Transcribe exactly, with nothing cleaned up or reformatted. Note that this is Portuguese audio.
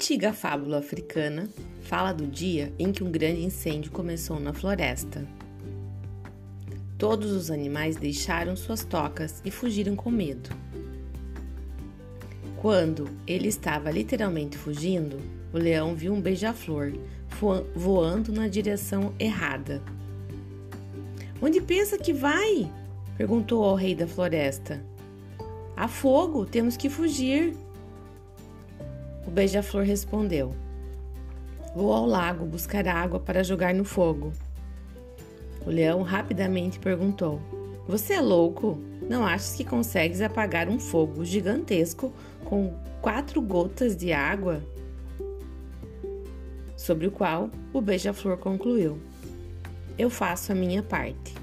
antiga fábula africana fala do dia em que um grande incêndio começou na floresta. Todos os animais deixaram suas tocas e fugiram com medo. Quando ele estava literalmente fugindo, o leão viu um beija-flor voando na direção errada. "Onde pensa que vai?" perguntou ao rei da floresta. "Há fogo, temos que fugir." O beija-flor respondeu: "Vou ao lago buscar água para jogar no fogo." O leão rapidamente perguntou: "Você é louco? Não achas que consegues apagar um fogo gigantesco com quatro gotas de água?" Sobre o qual o beija-flor concluiu: "Eu faço a minha parte."